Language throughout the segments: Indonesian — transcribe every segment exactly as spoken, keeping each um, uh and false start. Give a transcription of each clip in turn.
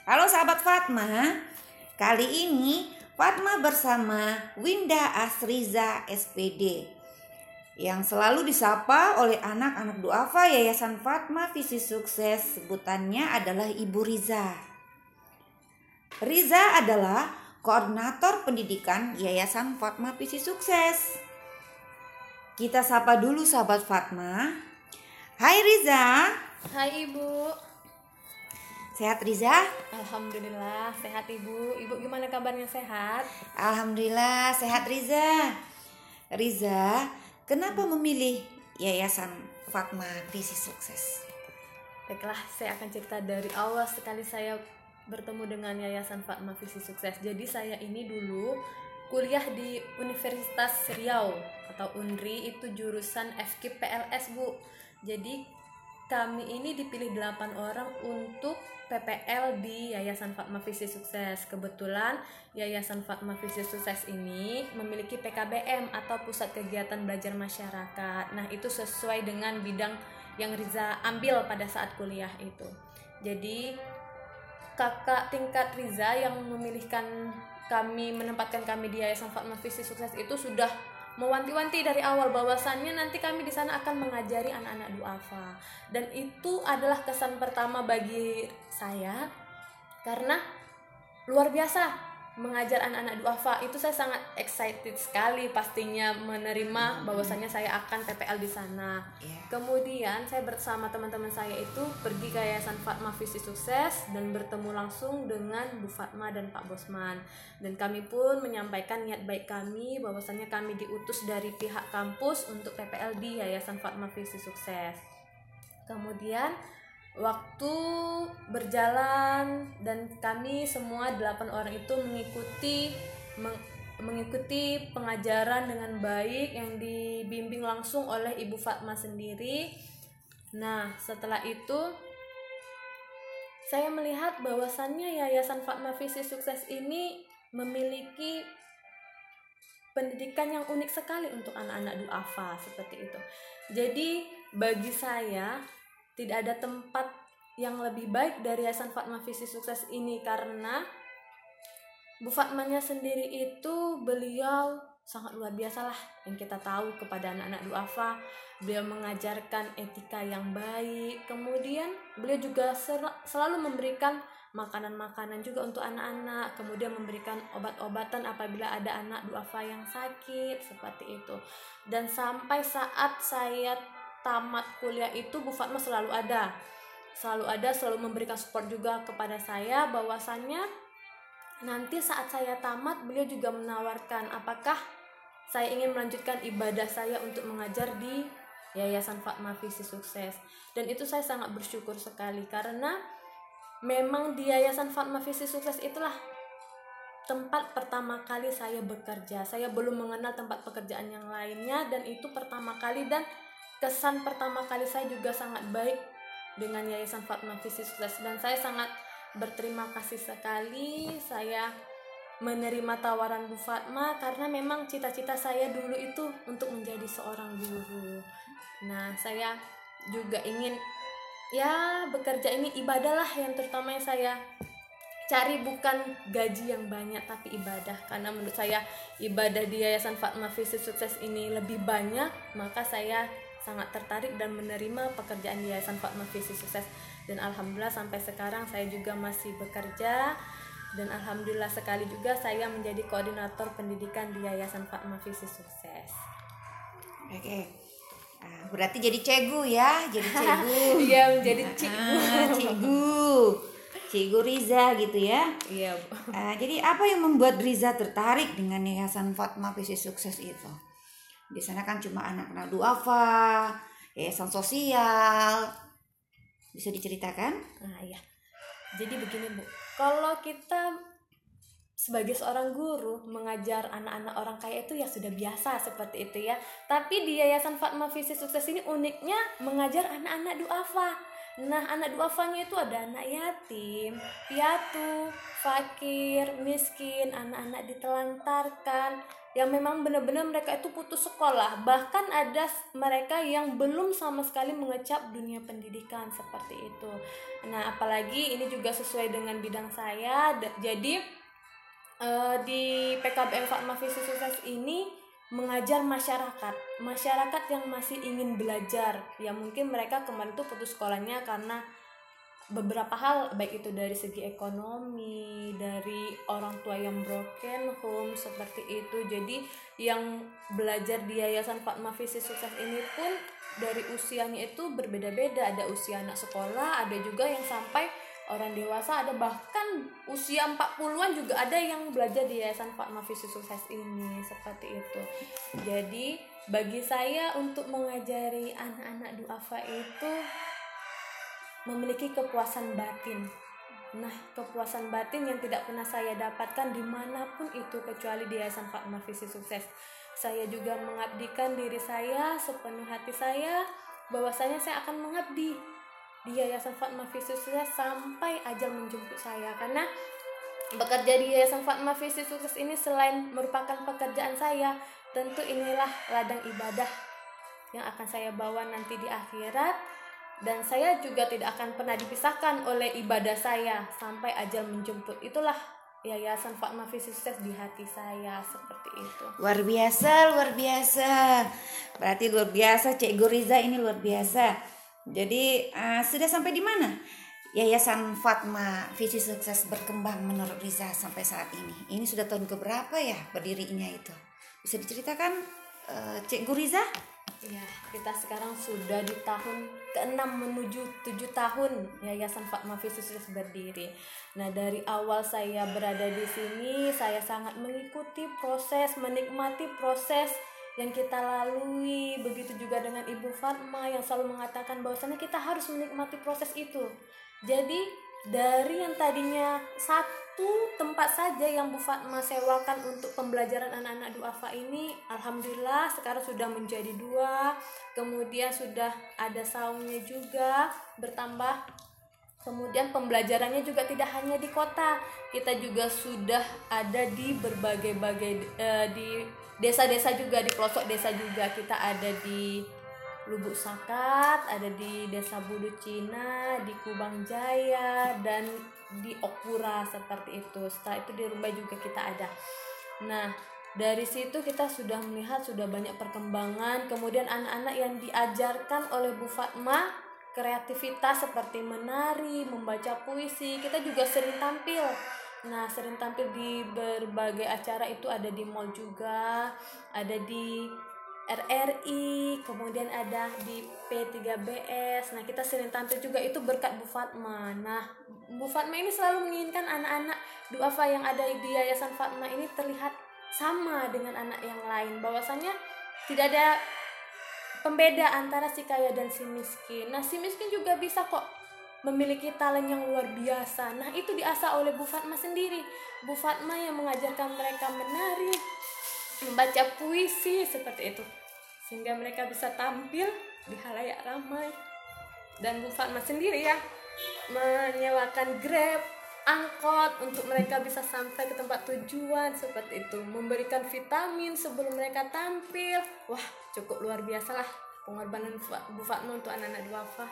Halo sahabat Fatma, kali ini Fatma bersama Winda Asriza S P D yang selalu disapa oleh anak-anak duafa Yayasan Fatma Visi Sukses. Sebutannya adalah Ibu Riza. Riza adalah koordinator pendidikan Yayasan Fatma Visi Sukses. Kita sapa dulu sahabat Fatma. Hai Riza. Hai Ibu. Sehat Riza? Alhamdulillah sehat Ibu. Ibu gimana kabarnya, sehat? Alhamdulillah sehat Riza. Riza, kenapa memilih Yayasan Fatma Visi Sukses? Baiklah, saya akan cerita dari awal sekali saya bertemu dengan Yayasan Fatma Visi Sukses. Jadi saya ini dulu kuliah di Universitas Riau atau Unri, itu jurusan F K I P P L S Bu. Jadi kami ini dipilih delapan orang untuk P P L di Yayasan Fatma Visi Sukses. Kebetulan Yayasan Fatma Visi Sukses ini memiliki P K B M atau Pusat Kegiatan Belajar Masyarakat. Nah, itu sesuai dengan bidang yang Riza ambil pada saat kuliah itu. Jadi kakak tingkat Riza yang memilihkan kami, menempatkan kami di Yayasan Fatma Visi Sukses itu sudah mewanti-wanti dari awal bahwasannya nanti kami di sana akan mengajari anak-anak duafa, dan itu adalah kesan pertama bagi saya karena luar biasa mengajar anak-anak duafa. Itu saya sangat excited sekali pastinya menerima bahwasannya saya akan P P L di sana. Yeah. Kemudian saya bersama teman-teman saya itu pergi ke Yayasan Fatma Visi Sukses dan bertemu langsung dengan Bu Fatma dan Pak Bosman. Dan kami pun menyampaikan niat baik kami bahwasannya kami diutus dari pihak kampus untuk P P L di Yayasan Fatma Visi Sukses. Kemudian waktu berjalan dan kami semua delapan orang itu mengikuti meng, mengikuti pengajaran dengan baik yang dibimbing langsung oleh Ibu Fatma sendiri. Nah, setelah itu saya melihat bahwasannya Yayasan Fatma Visi Sukses ini memiliki pendidikan yang unik sekali untuk anak-anak duafa seperti itu. Jadi bagi saya tidak ada tempat yang lebih baik dari Yayasan Fatma Visi Sukses ini, karena Bu Fatmanya sendiri itu beliau sangat luar biasa lah yang kita tahu kepada anak-anak duafa. Beliau mengajarkan etika yang baik, kemudian beliau juga sel- selalu memberikan makanan-makanan juga untuk anak-anak, kemudian memberikan obat-obatan apabila ada anak duafa yang sakit seperti itu. Dan sampai saat saya tamat kuliah itu Bu Fatma selalu ada selalu ada selalu memberikan support juga kepada saya, bahwasannya nanti saat saya tamat beliau juga menawarkan apakah saya ingin melanjutkan ibadah saya untuk mengajar di Yayasan Fatma Visi Sukses. Dan itu saya sangat bersyukur sekali karena memang di Yayasan Fatma Visi Sukses itulah tempat pertama kali saya bekerja. Saya belum mengenal tempat pekerjaan yang lainnya, dan itu pertama kali, dan kesan pertama kali saya juga sangat baik dengan Yayasan Fatma Visi Sukses, dan saya sangat berterima kasih sekali saya menerima tawaran Bu Fatma karena memang cita-cita saya dulu itu untuk menjadi seorang guru. Nah, saya juga ingin ya bekerja ini ibadah lah yang terutama yang saya cari, bukan gaji yang banyak tapi ibadah, karena menurut saya ibadah di Yayasan Fatma Visi Sukses ini lebih banyak, maka saya sangat tertarik dan menerima pekerjaan di Yayasan Fatma Visi Sukses. Dan alhamdulillah sampai sekarang saya juga masih bekerja, dan alhamdulillah sekali juga saya menjadi koordinator pendidikan di Yayasan Fatma Visi Sukses. Oke, nah, berarti jadi cegu ya, jadi cegu. Iya, menjadi cikgu. Ah, cikgu, cikgu Riza gitu ya. Iya, Bu. Ah, jadi apa yang membuat Riza tertarik dengan Yayasan Fatma Visi Sukses itu? Di sana kan cuma anak-anak duafa, yayasan sosial. Bisa diceritakan? Nah, iya. Jadi begini, Bu. Kalau kita sebagai seorang guru mengajar anak-anak orang kaya itu ya sudah biasa seperti itu ya. Tapi di Yayasan Fatma Visi Sukses ini uniknya mengajar anak-anak duafa. Nah, anak duafanya itu ada anak yatim, piatu, fakir, miskin, anak-anak ditelantarkan, yang memang benar-benar mereka itu putus sekolah. Bahkan ada mereka yang belum sama sekali mengecap dunia pendidikan seperti itu. Nah, apalagi ini juga sesuai dengan bidang saya. Jadi eh, di P K B M Fatma Visi Sukses ini mengajar masyarakat masyarakat yang masih ingin belajar, ya mungkin mereka kemarin tuh putus sekolahnya karena beberapa hal, baik itu dari segi ekonomi, dari orang tua yang broken home seperti itu. Jadi yang belajar di Yayasan Fatma Visi Sukses ini pun dari usianya itu berbeda-beda, ada usia anak sekolah, ada juga yang sampai orang dewasa, ada bahkan usia empat puluhan juga ada yang belajar di Yayasan Fatma Visi Sukses ini, seperti itu. Jadi bagi saya untuk mengajari anak-anak duafa itu memiliki kepuasan batin. Nah, kepuasan batin yang tidak pernah saya dapatkan dimanapun itu kecuali di Yayasan Fatma Visi Sukses. Saya juga mengabdikan diri saya sepenuh hati saya, bahwasanya saya akan mengabdi di Yayasan Fatma Visi Sukses sampai ajal menjemput saya. Karena bekerja di Yayasan Fatma Visi Sukses ini selain merupakan pekerjaan saya, tentu inilah ladang ibadah yang akan saya bawa nanti di akhirat, dan saya juga tidak akan pernah dipisahkan oleh ibadah saya sampai ajal menjemput. Itulah Yayasan Fatma Visi Sukses di hati saya, seperti itu. Luar biasa, luar biasa. Berarti luar biasa, Cikgu Riza ini luar biasa. Jadi uh, sudah sampai di mana Yayasan Fatma Visi Sukses berkembang menurut Riza sampai saat ini? Ini sudah tahun keberapa ya berdirinya itu? Bisa diceritakan uh, Cikgu Riza? Ya, kita sekarang sudah di tahun keenam menuju tujuh tahun Yayasan Fatma Visi Sukses berdiri. Nah, dari awal saya berada di sini, saya sangat mengikuti proses, menikmati proses yang kita lalui. Begitu juga dengan Ibu Fatma yang selalu mengatakan bahwasannya kita harus menikmati proses itu. Jadi dari yang tadinya satu tempat saja yang Bu Fatma sewakan untuk pembelajaran anak-anak duafa ini, alhamdulillah sekarang sudah menjadi dua. Kemudian sudah ada saungnya juga bertambah. Kemudian pembelajarannya juga tidak hanya di kota, kita juga sudah ada di berbagai-bagai eh, di desa-desa juga, di pelosok desa juga. Kita ada di Lubuk Sakat, ada di Desa Bulu Cina, di Kubang Jaya, dan di Okpura seperti itu. Setelah itu di Rumbai juga kita ada. Nah, dari situ kita sudah melihat sudah banyak perkembangan. Kemudian anak-anak yang diajarkan oleh Bu Fatma kreativitas seperti menari, membaca puisi, kita juga sering tampil. Nah, sering tampil di berbagai acara, itu ada di mall juga, ada di R R I, kemudian ada di P tiga B S. Nah, kita sering tampil juga, itu berkat Bu Fatma. Nah, Bu Fatma ini selalu menginginkan anak-anak duafa yang ada di Yayasan Fatma ini terlihat sama dengan anak yang lain, bahwasanya tidak ada pembeda antara si kaya dan si miskin. Nah, si miskin juga bisa kok memiliki talent yang luar biasa. Nah, itu diasah oleh Bu Fatma sendiri. Bu Fatma yang mengajarkan mereka menari, membaca puisi, seperti itu, sehingga mereka bisa tampil di halayak ramai. Dan Bu Fatma sendiri ya menyewakan Grab, angkot untuk mereka bisa sampai ke tempat tujuan, seperti itu, memberikan vitamin sebelum mereka tampil. Wah, cukup luar biasa lah pengorbanan Bu Fatma untuk anak-anak duafa.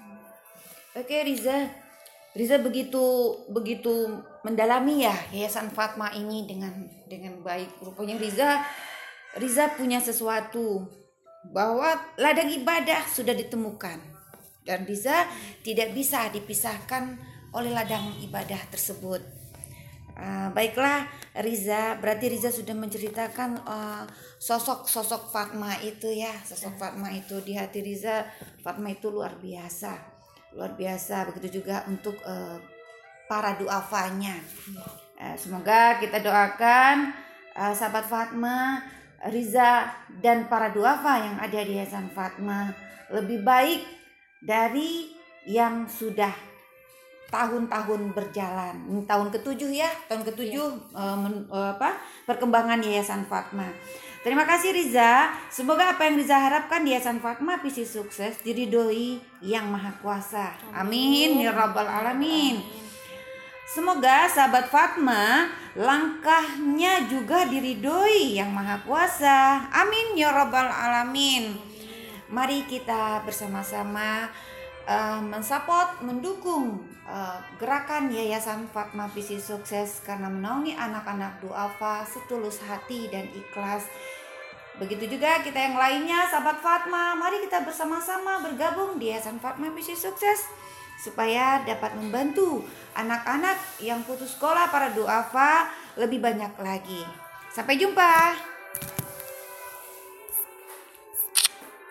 Oke Riza, Riza begitu begitu mendalami ya Yayasan Fatma ini dengan dengan baik. Rupanya Riza Riza punya sesuatu, bahwa ladang ibadah sudah ditemukan dan Riza tidak bisa dipisahkan oleh ladang ibadah tersebut. Uh, baiklah Riza, berarti Riza sudah menceritakan uh, sosok-sosok Fatma itu ya, sosok Fatma itu di hati Riza. Fatma itu luar biasa, luar biasa. Begitu juga untuk uh, para duafanya. Uh, semoga kita doakan uh, sahabat Fatma, Riza dan para duafa yang ada di Yayasan Fatma lebih baik dari yang sudah tahun-tahun berjalan. Tahun ketujuh ya, tahun ketujuh yeah. uh, men, uh, apa perkembangan Yayasan Fatma. Terima kasih Riza. Semoga apa yang Riza harapkan di Yayasan Fatma Visi Sukses diridhoi Yang Maha Kuasa. Amin ya rabbal alamin. Semoga sahabat Fatma langkahnya juga diridhoi Yang Maha Kuasa. Amin ya rabbal alamin. Mari kita bersama-sama uh, mensupport, mendukung uh, gerakan Yayasan Fatma Visi Sukses karena menaungi anak-anak duafa setulus hati dan ikhlas. Begitu juga kita yang lainnya, sahabat Fatma, mari kita bersama-sama bergabung di Yayasan Fatma Visi Sukses supaya dapat membantu anak-anak yang putus sekolah para duafa lebih banyak lagi. Sampai jumpa.